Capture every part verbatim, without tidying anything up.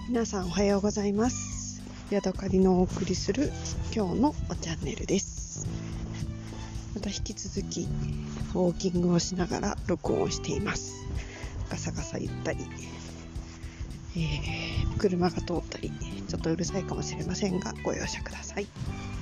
皆さんおはようございます。ヤドカリのお送りする今日のチャンネルです。また引き続きウォーキングをしながら録音しています。ガサガサ言ったり、えー、車が通ったりちょっとうるさいかもしれませんがご容赦ください。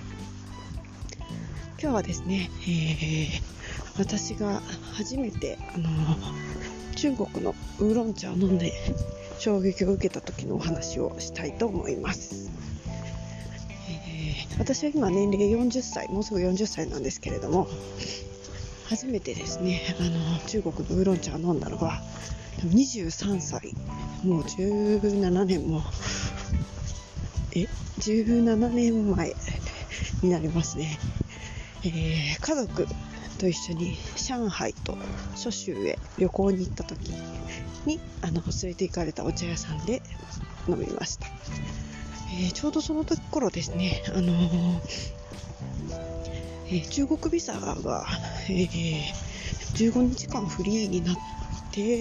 今日はですね、えー、私が初めてあの中国のウーロン茶を飲んで衝撃を受けた時のお話をしたいと思います。えー、私は今年齢よんじゅっさい、もうすぐよんじゅっさいなんですけれども、初めてですねあの中国のウーロン茶を飲んだのはにじゅうさんさい、もうじゅうななねんもえじゅうななねんまえになりますね。えー、家族と一緒に上海と蘇州へ旅行に行った時にあの連れて行かれたお茶屋さんで飲みました。えー、ちょうどその時頃ですね、あのーえー、中国ビザが、えー、じゅうごにちかんフリーになって、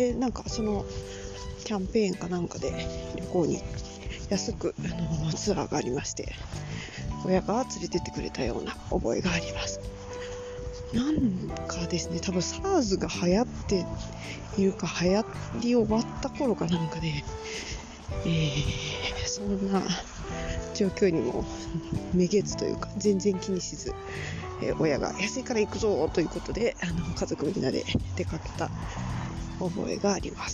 なんかそのキャンペーンかなんかで旅行に安く、あのー、ツアーがありまして、親が連れてってくれたような覚えがあります。なんかですね、多分 SARS が流行っているか流行り終わった頃かなんかで、えー、そんな状況にもめげずというか全然気にしず、えー、親が安いから行くぞということであの家族みんなで出かけた覚えがあります。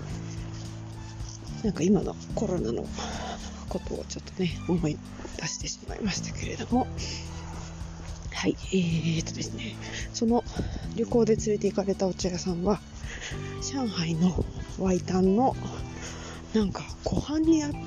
なんか今のコロナのことをちょっとね思い出してしまいましたけれども、はい、えーとですね、その旅行で連れて行かれたお茶屋さんは上海のワイタンのなんか湖畔にあって、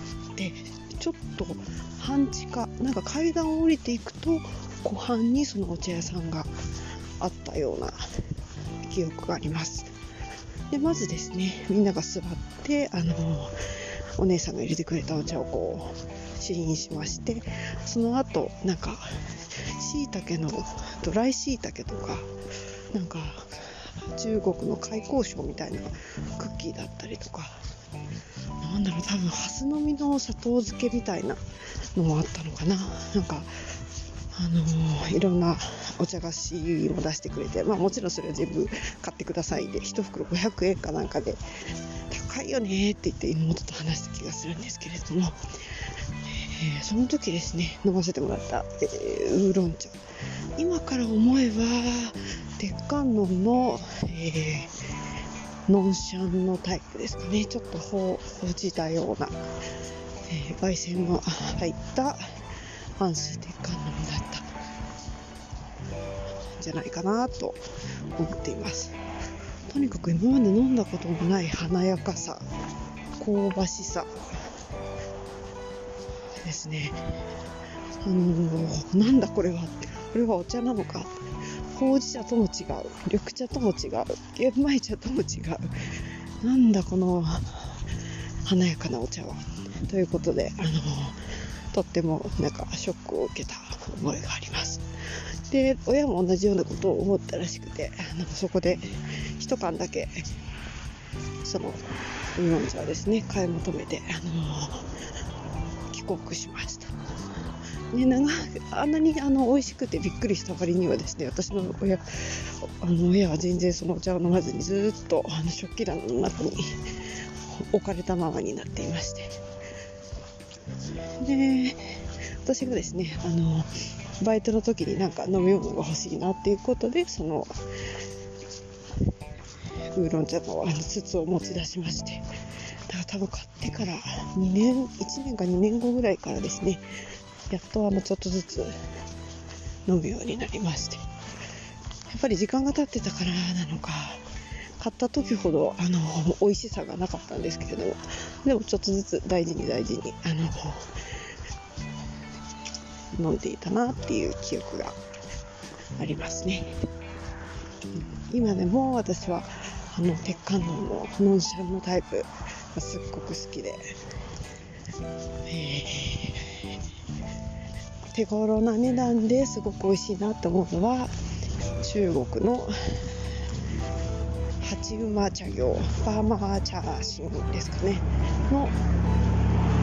ちょっと半地下、なんか階段を降りていくと湖畔にそのお茶屋さんがあったような記憶があります。でまずですね、みんなが座ってあのお姉さんが入れてくれたお茶をこう試飲しまして、その後なんかしいたけのドライしいたけとか、なんか中国の開口椒みたいなクッキーだったりとか、なんだろう、多分ハスの実の砂糖漬けみたいなのもあったのかな。なんかあのー、いろんなお茶菓子も出してくれて、まあもちろんそれは全部買ってくださいでいち袋ごひゃくえんかなんかで、高いよねって言って妹と話した気がするんですけれども、えー、その時ですね飲ませてもらった、えー、ウーロン茶、今から思えば鉄観音の、えー、ノンシャンのタイプですかね。ちょっとほうじたような、えー、焙煎が入った安心鉄観音だったんじゃないかなと思っています。とにかく今まで飲んだことのない華やかさ、香ばしさですね。あのー、なんだこれはって、これはお茶なのか、ほうじ茶とも違う、緑茶とも違う、玄米茶とも違う、なんだこの華やかなお茶はということで、あのー、とってもなんかショックを受けた覚えがあります。で親も同じようなことを思ったらしくて、なんかそこで一缶だけそのウーロン茶をですね買い求めて、あのー、帰国しました。ね、長あんなにあの美味しくてびっくりした割にはですね、私の親あの親は全然そのお茶を飲まずにずっとあの食器棚の中に置かれたままになっていまして、で私がですねあのバイトの時になんか飲み物が欲しいなっていうことで、そのウーロン茶のあの筒を持ち出しまして、だから多分買ってからにねんいちねんかにねんごぐらいからですね、やっとあのちょっとずつ飲むようになりまして、やっぱり時間が経ってたからなのか、買った時ほどあの美味しさがなかったんですけれども、でもちょっとずつ大事に大事にあの飲んでいたなっていう記憶がありますね。今でも私はあの鉄観音のノンシャンのタイプがすっごく好きで、えー、手頃な値段ですごく美味しいなと思うのは中国の八馬茶業パーマーチャーシンですかねの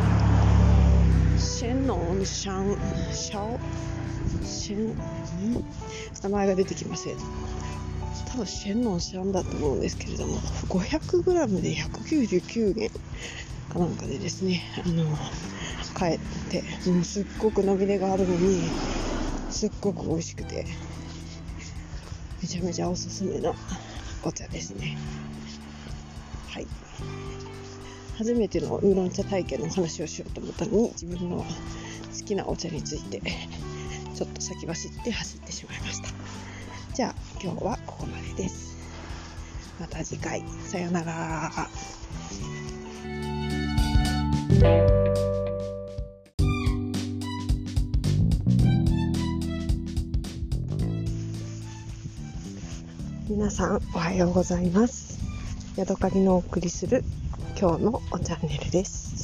シェンノンシャンシャオシェンん名前が出てきません。多分シェンノンシャンだと思うんですけれども、 ごひゃくグラム でひゃくきゅうじゅうきゅうえんかなんかでですね、あの買えて、もうすっごく伸び出があるのにすっごく美味しくて、めちゃめちゃおすすめのお茶ですね。はい、初めてのウーロン茶体験の話をしようと思ったのに、自分の好きなお茶についてちょっと先走って走ってしまいました。じゃあ今日はここまでです。また次回、さよなら。皆さんおはようございます。ヤドカリのお送りする今日のおチャンネルです。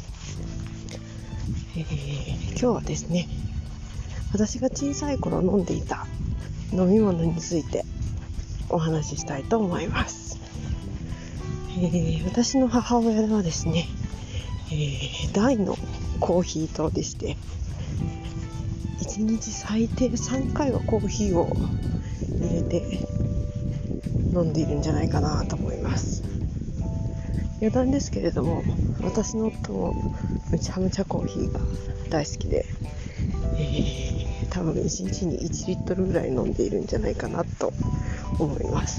えー、今日はですね、私が小さい頃飲んでいた飲み物についてお話ししたいと思います。えー、私の母親はですね、えー、大のコーヒー党でして、いちにち最低さんかいはコーヒーを入れて飲んでいるんじゃないかなと思います。余談ですけれども、私の夫もむちゃむちゃコーヒーが大好きで、えー、多分いちにちにいちリットルぐらい飲んでいるんじゃないかなと思います。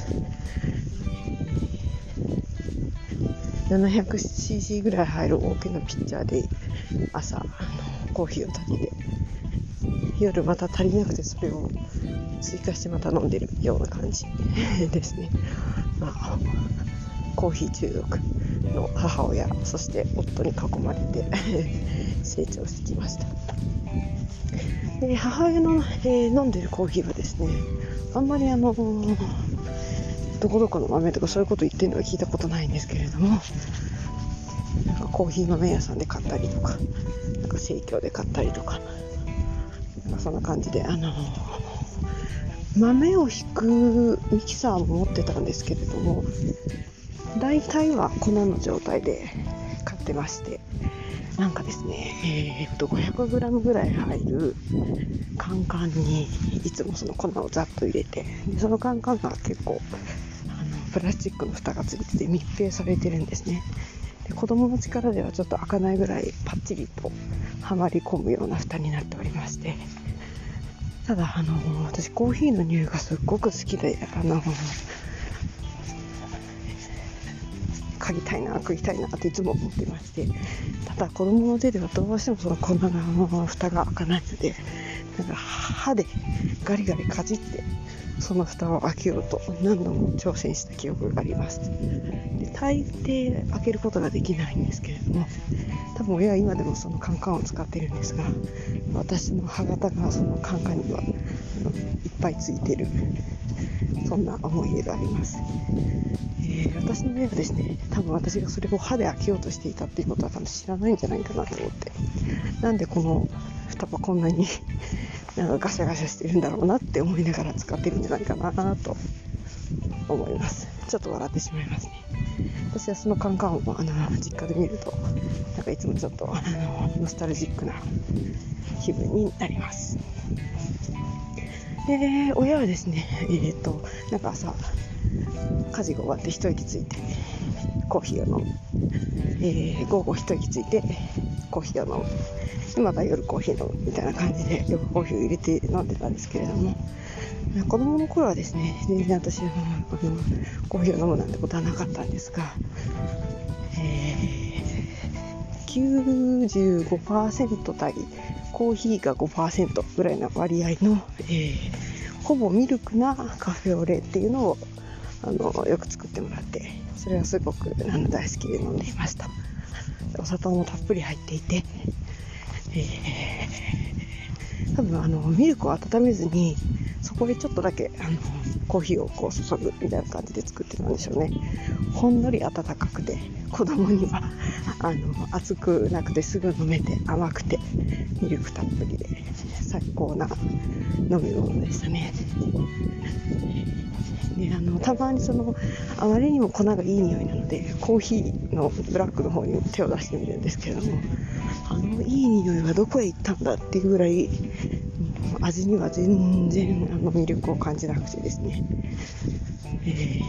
ななひゃくシーシー ぐらい入る大きなピッチャーで朝あのコーヒーを炊いて、夜また足りなくてそれを追加してまた飲んでるような感じですね。まあ、コーヒー中毒の母親、そして夫に囲まれて成長してきました。で、母親の、えー、飲んでるコーヒーはですね、あんまりあのどこどこの豆とかそういうこと言ってるのは聞いたことないんですけれども、なんかコーヒー豆屋さんで買ったりとか、なんか生協で買ったりとか、なんかそんな感じで、あの豆をひくミキサーも持ってたんですけれども、大体は粉の状態で買ってまして、なんかですね、えー、と ごひゃくグラム ぐらい入るカンカンにいつもその粉をざっと入れて、でそのカンカンが結構あのプラスチックの蓋がついてて密閉されてるんですね。で、子供の力ではちょっと開かないぐらいパッチリとはまり込むような蓋になっておりまして、ただあの私コーヒーの匂いがすっごく好きで、あの嗅ぎたいな、食いたいなっていつも思ってまして、ただ子供の手ではどうしてもその粉が蓋が開かないので、なんか歯でガリガリかじってその蓋を開けようと何度も挑戦した記憶があります。で、大抵開けることができないんですけれども、多分親は今でもそのカンカンを使っているんですが、私の歯型がそのカンカンにはあのいっぱいついている、そんな思い出があります。えー、私の親はですね、多分私がそれを歯で開けようとしていたっていうことは多分知らないんじゃないかなと思って、なんでこの蓋はこんなになんかガシャガシャしてるんだろうなって思いながら使ってるんじゃないかなと思います。ちょっと笑ってしまいますね。私はそのカンカンをあの実家で見ると、なんかいつもちょっとあのノスタルジックな気分になります。で、親はですね、えーと、なんか朝家事が終わって一息ついてコーヒーを飲む、えー、午後一息ついてコーヒーを飲む、今が夜コーヒー飲むみたいな感じで夜コーヒーを入れて飲んでたんですけれども、子供の頃はですね、全然私はあのコーヒーを飲むなんてことはなかったんですが、えー、きゅうじゅうごパーセント 対コーヒーが ごパーセント ぐらいの割合の、えー、ほぼミルクなカフェオレっていうのをあのよく作ってもらって、それはすごくあの大好きで飲んでいました。お砂糖もたっぷり入っていて、えー、多分あのミルクを温めずにそこへちょっとだけあのコーヒーをこう注ぐみたいな感じで作ってたんでしょうね。ほんのり温かくて子供にはあの熱くなくてすぐ飲めて、甘くてミルクたっぷりで最高な飲み物でしたね。でね、あのたまにそのあまりにも粉がいい匂いなのでコーヒーのブラックの方に手を出してみるんですけれども、あのいい匂いはどこへ行ったんだっていうぐらい、うん、味には全然あの魅力を感じなくてですね、え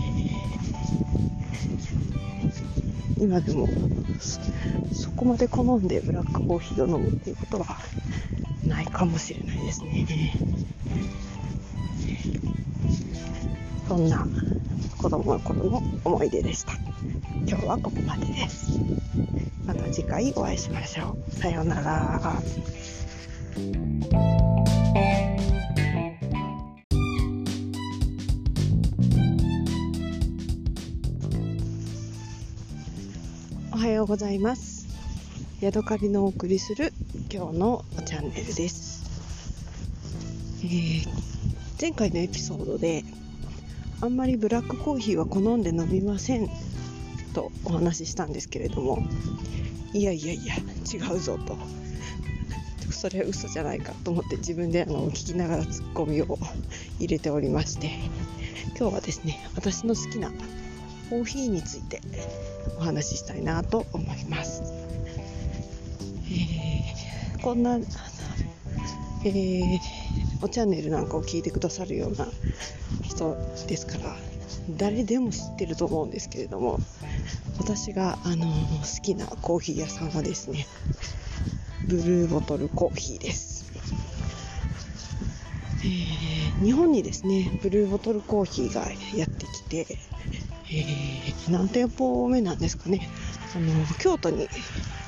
ー、今でも そ, そこまで好んでブラックコーヒーを飲むっていうことはないかもしれないですね。そんな子供の頃の思い出でした。今日はここまでです。また次回お会いしましょう。さようなら。おはようございます。ヤドカリのお送りする今日のチャンネルです。えー、前回のエピソードであんまりブラックコーヒーは好んで飲みませんとお話ししたんですけれども、いやいやいや違うぞと、それは嘘じゃないかと思って自分であの聞きながらツッコミを入れておりまして、今日はですね、私の好きなコーヒーについてお話ししたいなと思います。えー、こんな、えー、おチャンネルなんかを聞いてくださるような人ですから誰でも知ってると思うんですけれども、私が、あのー、好きなコーヒー屋さんはですね、ブルーボトルコーヒーです。えー、日本にですねブルーボトルコーヒーがやってきて、えー、何店舗目なんですかね、あのー、京都に、えー、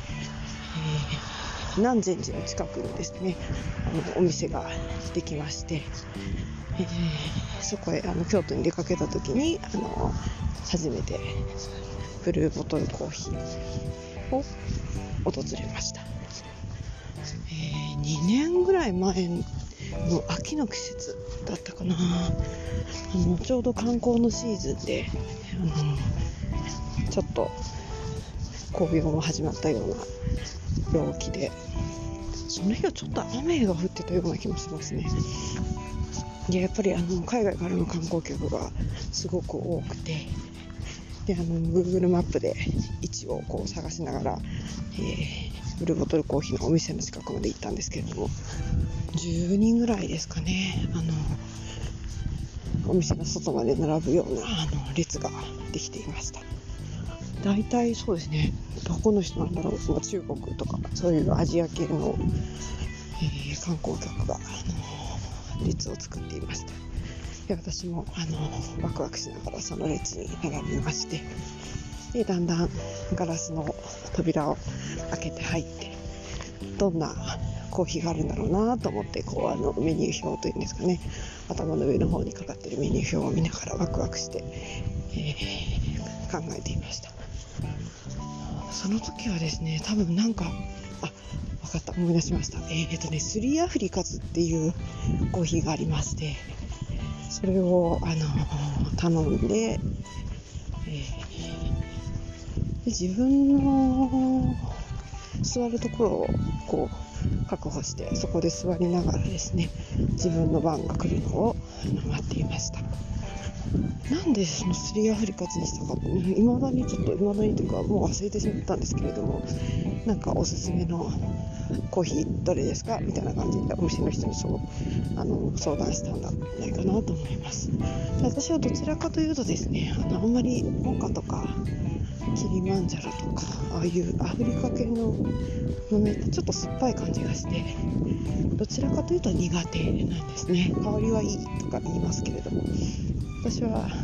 南禅寺の近くにですねあのお店ができまして、えー、そこへあの京都に出かけた時にあの初めてブルーボトルコーヒーを訪れました。えー、にねんぐらい前の秋の季節だったかな、あのちょうど観光のシーズンであのちょっと紅葉も始まったような陽気で、その日はちょっと雨が降ってたような気もしますね。でやっぱりあの海外からの観光客がすごく多くて、であの Google マップで位置をこう探しながら、えー、ブルーボトルコーヒーのお店の近くまで行ったんですけれども、じゅうにんぐらいですかね、あのお店の外まで並ぶようなあの列ができていました。大体そうですね、どこの人なんだろう、まあ、中国とかそういうアジア系の、えー、観光客が、あのー、列を作っていました。で私も、あのー、ワクワクしながらその列に並びまして、でだんだんガラスの扉を開けて入って、どんなコーヒーがあるんだろうなと思って、こうあのメニュー表というんですかね、頭の上の方にかかっているメニュー表を見ながらワクワクして、えー、考えていました。その時はですね、多分なんかあ分かった、思い出しました。えーとねスリーアフリカズっていうコーヒーがありまして、それをあの頼んで、えー、で自分の座るところをこう確保して、そこで座りながらですね、自分の番が来るのを待っていました。なんでそのスリーアフリカズにしたかって、いまだにちょっといまだにというかもう忘れてしまったんですけれども、なんかおすすめのコーヒーどれですかみたいな感じでお店の人にそうあの相談したんじゃないかなと思います。私はどちらかというとですね、あのあんまりモカとかキリマンジャロとかああいうアフリカ系の豆ってちょっと酸っぱい感じがして、どちらかというと苦手なんですね。香りはいいとか言いますけれども、私はあ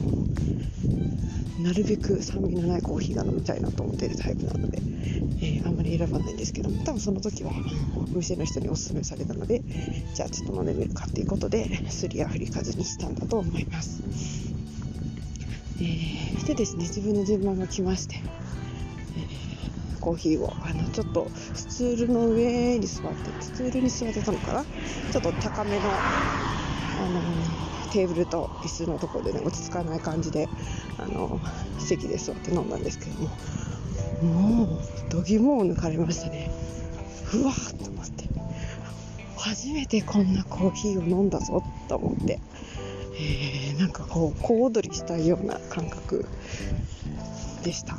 のなるべく酸味のないコーヒーが飲みたいなと思っているタイプなので、えー、あんまり選ばないんですけども、多分その時はお店の人におすすめされたので、じゃあちょっと飲んでみるかっていうことでスリーアフリカズにしたんだと思います。えー、でですね、自分の順番が来まして、えー、コーヒーをあのちょっとスツールの上に座って、スツールに座ってたのかな、ちょっと高めの、あのー、テーブルと椅子のところで、ね、落ち着かない感じで、あのー、席で座って飲んだんですけども、もう度肝を抜かれましたね。ふわーっと思って、初めてこんなコーヒーを飲んだぞと思って、 えー、なんかこう小躍りしたいような感覚でした。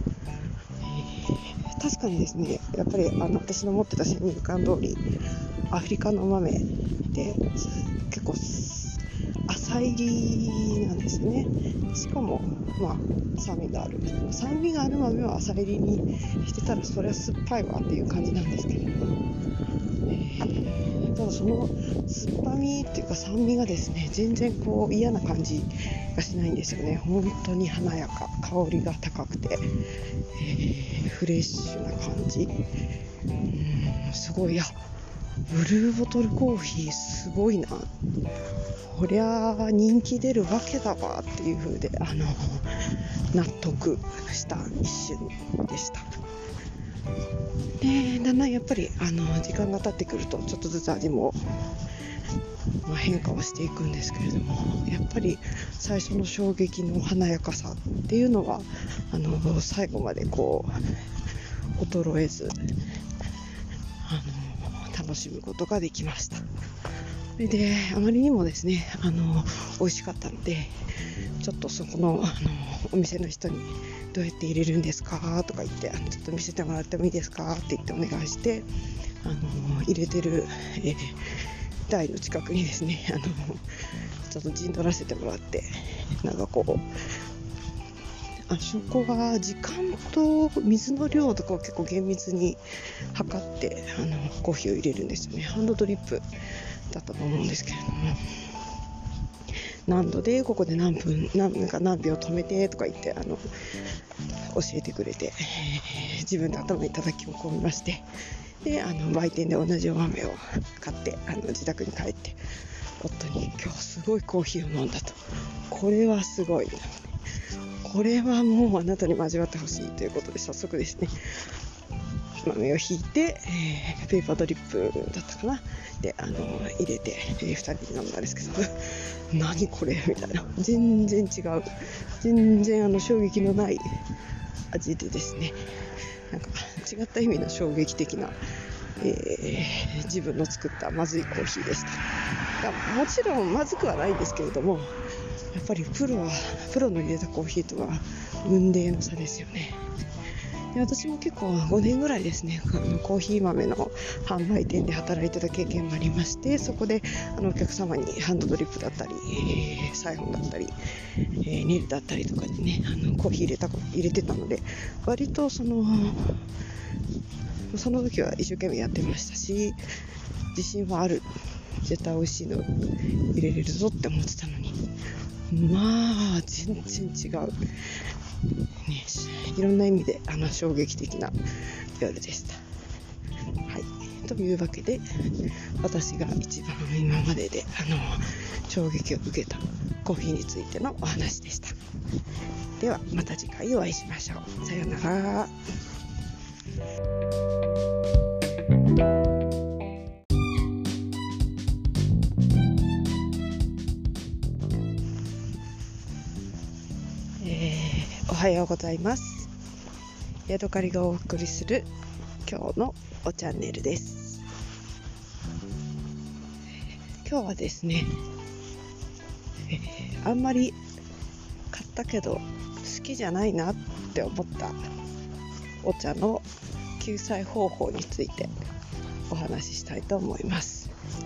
えー、確かにですね、やっぱりあの私の持ってた先入観通りアフリカの豆で結構浅入りなんですね。しかもまあ酸味がある酸味がある豆は浅入りにしてたらそれは酸っぱいわっていう感じなんですけれども、えー、ただその酸っぱみっていうか酸味がですね、全然こう嫌な感じがしないんですよね。本当に華やか、香りが高くて、えー、フレッシュな感じ、うーんすごい。いやブルーボトルコーヒーすごいな、こりゃ人気出るわけだわっていう風であの納得した一瞬でした。でだんだんやっぱりあの時間が経ってくるとちょっとずつ味も、まあ、変化をしていくんですけれども、やっぱり最初の衝撃の華やかさっていうのはあの最後までこう衰えずあの楽しむことができました。であまりにもですねあの美味しかったので、ちょっとそこの、あのお店の人にどうやって入れるんですかとか言って、あのちょっと見せてもらってもいいですかって言ってお願いして、あの入れてる、えー、台の近くにですねあのちょっと陣取らせてもらって、なんかこうあそこは時間と水の量とかを結構厳密に測ってあのコーヒーを入れるんですよね。ハンドドリップだったと思うんですけれども、何度でここで何分 何, か何秒止めてとか言ってあの教えてくれて、えー、自分で頭に叩き込みまして、であの売店で同じお豆を買ってあの自宅に帰って夫に今日すごいコーヒーを飲んだと、これはすごい、これはもうあなたにも味わってほしいということで、早速ですね豆をひいて、えー、ペーパードリップだったかなであの入れて、えー、ふたりで飲んだんですけど何これみたいな、全然違う、全然あの衝撃のない味でですね、なんか違った意味の衝撃的な、えー、自分の作ったまずいコーヒーでした。もちろんまずくはないんですけれども、やっぱりプロはプロの入れたコーヒーとは雲泥の差ですよね。で私も結構ごねんぐらいですね、あのコーヒー豆の販売店で働いてた経験もありまして、そこであのお客様にハンドドリップだったり、えー、サイフォンだったり、えー、ニルだったりとかにねあのコーヒー入れた入れてたので、割とそのその時は一生懸命やってましたし、自信はある、絶対美味しいの入れれるぞって思ってたのに、まあ全然違う、ね、いろんな意味であの衝撃的な夜でした。はい、というわけで私が一番今までであの衝撃を受けたコーヒーについてのお話でした。ではまた次回お会いしましょう。さようなら。おはようございます。ヤドカリがお送りする今日のおチャンネルです。今日はですね、えー、あんまり買ったけど好きじゃないなって思ったお茶の救済方法についてお話ししたいと思います。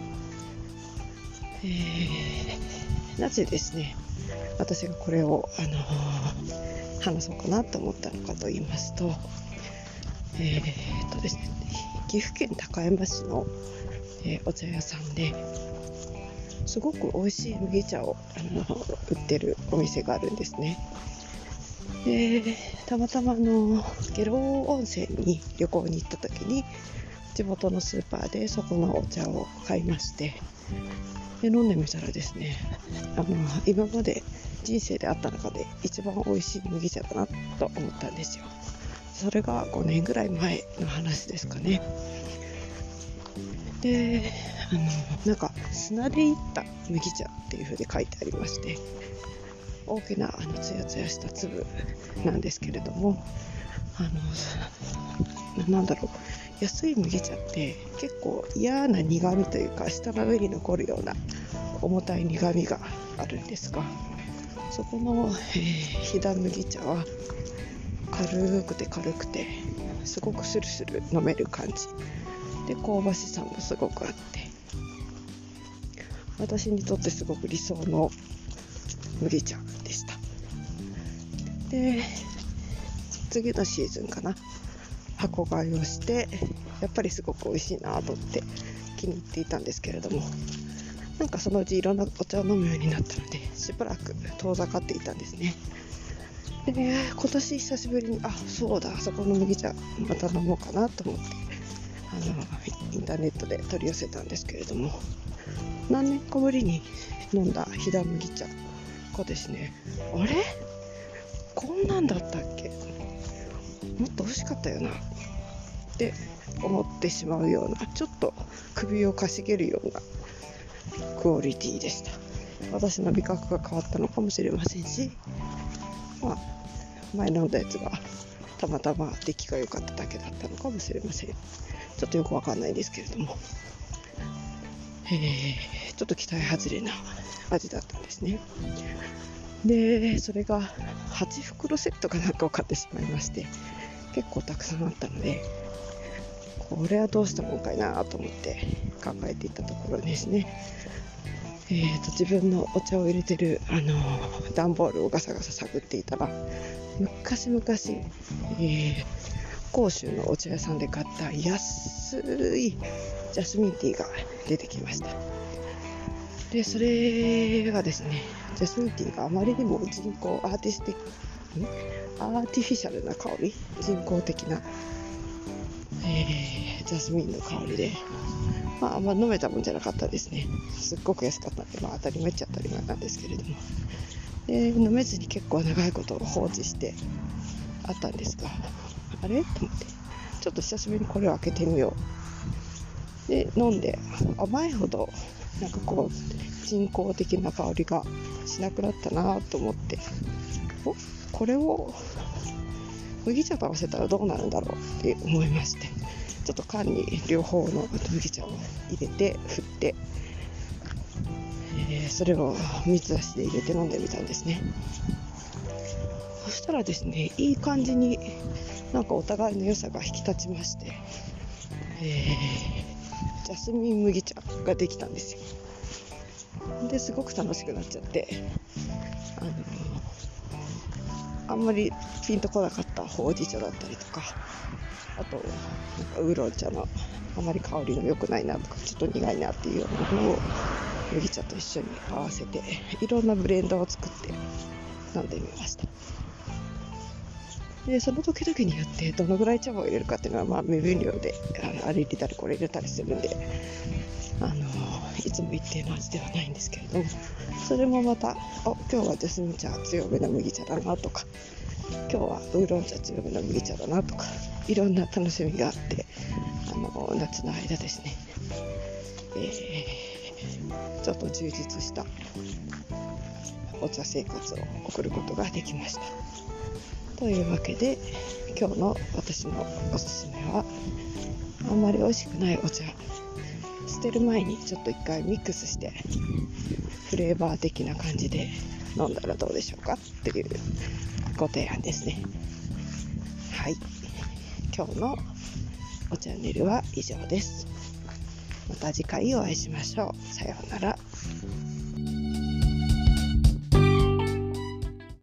えー、なぜですね私がこれを、あのー話そうかなと思ったのかと言いますと、えー、っとですね、岐阜県高山市の、えー、お茶屋さんですごく美味しい麦茶をあの売ってるお店があるんですね。でたまたまの下呂温泉に旅行に行った時に地元のスーパーでそこのお茶を買いまして、で飲んでみたらですね、あの今まで人生であった中で一番美味しい麦茶だなと思ったんですよ。それがごねんぐらい前の話ですかね。であのなんか砂でいった麦茶っていう風に書いてありまして、大きなあのツヤツヤした粒なんですけれども、あのなんだろう安い麦茶って結構嫌な苦味というか舌の上に残るような重たい苦みがあるんですが、そこの、えー、飛騨麦茶は軽くて軽くてすごくスルスル飲める感じで、香ばしさもすごくあって、私にとってすごく理想の麦茶でした。で、次のシーズンかな、箱買いをして、やっぱりすごく美味しいなと思って気に入っていたんですけれども、なんかそのうちいろんなお茶を飲むようになったので、しばらく遠ざかっていたんですね。でね、今年久しぶりに、あ、そうだ、あそこの麦茶また飲もうかなと思って、あのインターネットで取り寄せたんですけれども、何年かぶりに飲んだ飛騨麦茶がですね、あれこんなんだったっけ、もっと美味しかったよなって思ってしまうような、ちょっと首をかしげるようなクオリティでした。私の味覚が変わったのかもしれませんし、まあ、前飲んだやつがたまたま出来が良かっただけだったのかもしれません。ちょっとよくわかんないですけれども、えー、ちょっと期待外れな味だったんですね。で、それがはち袋セットかなんかを買ってしまいまして、結構たくさんあったので、これはどうしたもんかいなと思って考えていたところですね、えー、と自分のお茶を入れてる、あのー、段ボールをガサガサ探っていたら、昔々、えー、甲州のお茶屋さんで買った安いジャスミンティーが出てきました。で、それがですね、ジャスミンティーがあまりにも人工アーティスティアーティフィシャルな香り、人工的な、えー、ジャスミンの香りで、まあ、あんま飲めたもんじゃなかったですね。すっごく安かったんで、まあ、当たり前っちゃ当たり前なんですけれども、で飲めずに結構長いこと放置してあったんですが、あれと思って、ちょっと久しぶりにこれを開けてみよう。で飲んで、甘いほどなんかこう人工的な香りがしなくなったなと思って、おこれを麦茶と合わせたらどうなるんだろうって思いまして、ちょっと缶に両方の麦茶を入れて振って、えー、それを水出しで入れて飲んでみたんですね。そしたらですね、いい感じになんかお互いの良さが引き立ちまして、えー、ジャスミン麦茶ができたんですよ。ですごく楽しくなっちゃって、あのあんまりピンとこなかったほうじ茶だったりとか、あとなんかウーロン茶のあまり香りの良くないなとか、ちょっと苦いなっていうようなものを麦茶と一緒に合わせて、いろんなブレンドを作って飲んでみました。でその時々によってどのぐらい茶葉を入れるかっていうのは、まあ、目分量で あ, あれ入れたりこれ入れたりするんで、あのいつも一定の味ではないんですけれども、それもまた、お今日はジャスミン茶強めの麦茶だなとか、今日はウーロン茶強めの麦茶だなとか、いろんな楽しみがあって、あの夏の間ですね、えー、ちょっと充実したお茶生活を送ることができました。というわけで、今日の私のおすすめは、あんまり美味しくないお茶、捨てる前にちょっと一回ミックスしてフレーバー的な感じで飲んだらどうでしょうかっていうご提案ですね。はい、今日のおチャンネルは以上です。また次回お会いしましょう。さようなら。